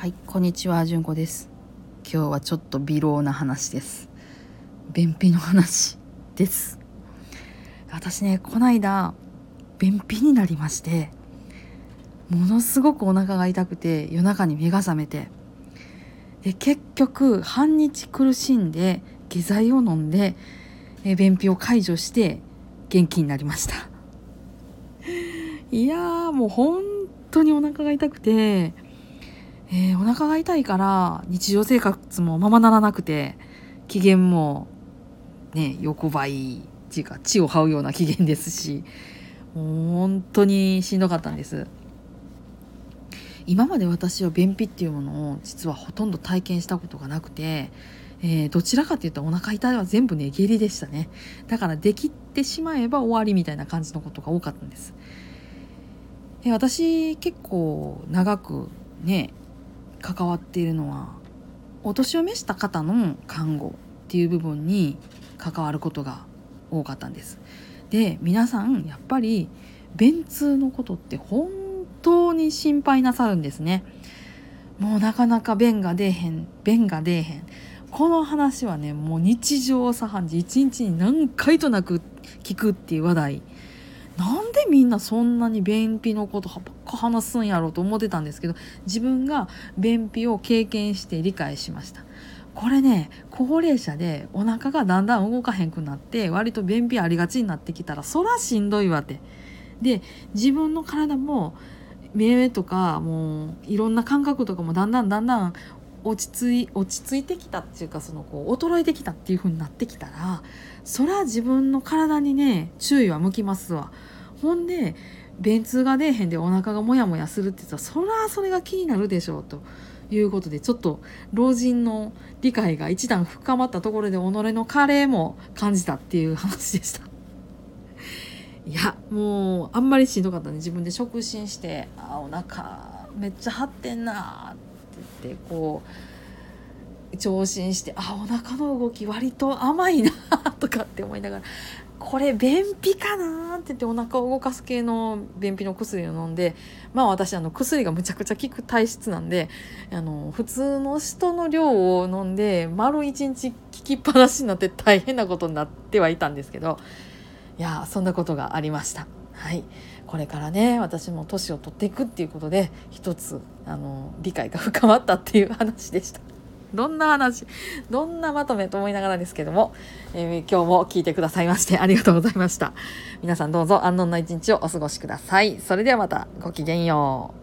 はい、こんにちは、じゅんこです。今日はちょっと微量な話です。便秘の話です。私ね、こないだ便秘になりまして、ものすごくお腹が痛くて夜中に目が覚めて、で結局半日苦しんで下剤を飲んで便秘を解除して元気になりました。いやー、もう本当にお腹が痛くて、お腹が痛いから日常生活もままならなくて、機嫌もね横ばいっていうか血を這うような機嫌ですし、もう本当にしんどかったんです。今まで私は便秘っていうものを実はほとんど体験したことがなくて、どちらかというとお腹痛いは全部ね下痢でしたね。だからできてしまえば終わりみたいな感じのことが多かったんです。私結構長くね関わっているのはお年を召した方の看護っていう部分に関わることが多かったんです。で、皆さんやっぱり便通のことって本当に心配なさるんですね。もうなかなか便が出えへんこの話はね、もう日常茶飯事、一日に何回となく聞くっていう話題。なんでみんなそんなに便秘のことばっか話すんやろうと思ってたんですけど、自分が便秘を経験して理解しました。これね、高齢者でお腹がだんだん動かへんくなって割と便秘ありがちになってきたらそらしんどいわって。で、自分の体も目とかもういろんな感覚とかもだんだん落ち着いてきたっていうか、衰えてきたっていう風になってきたら、そら自分の体にね注意は向きますわ。ほんで便通が出えへんでお腹がモヤモヤするって言ったら、そらそれが気になるでしょうということで、ちょっと老人の理解が一段深まったところで己の加齢も感じたっていう話でした。いや、もうあんまりしんどかったね。自分で触診して、お腹めっちゃ張ってんなって言って聴診して、お腹の動き割と甘いなとかって思いながら、これ便秘かなって言ってお腹を動かす系の便秘の薬を飲んで、私薬がむちゃくちゃ効く体質なんで、普通の人の量を飲んで丸一日効きっぱなしになって大変なことになってはいたんですけど、いや、そんなことがありました。はい、これからね、私も年を取っていくっていうことで一つ理解が深まったっていう話でした。どんなまとめと思いながらですけども、今日も聞いてくださいましてありがとうございました。皆さんどうぞ安穏な一日をお過ごしください。それではまた、ごきげんよう。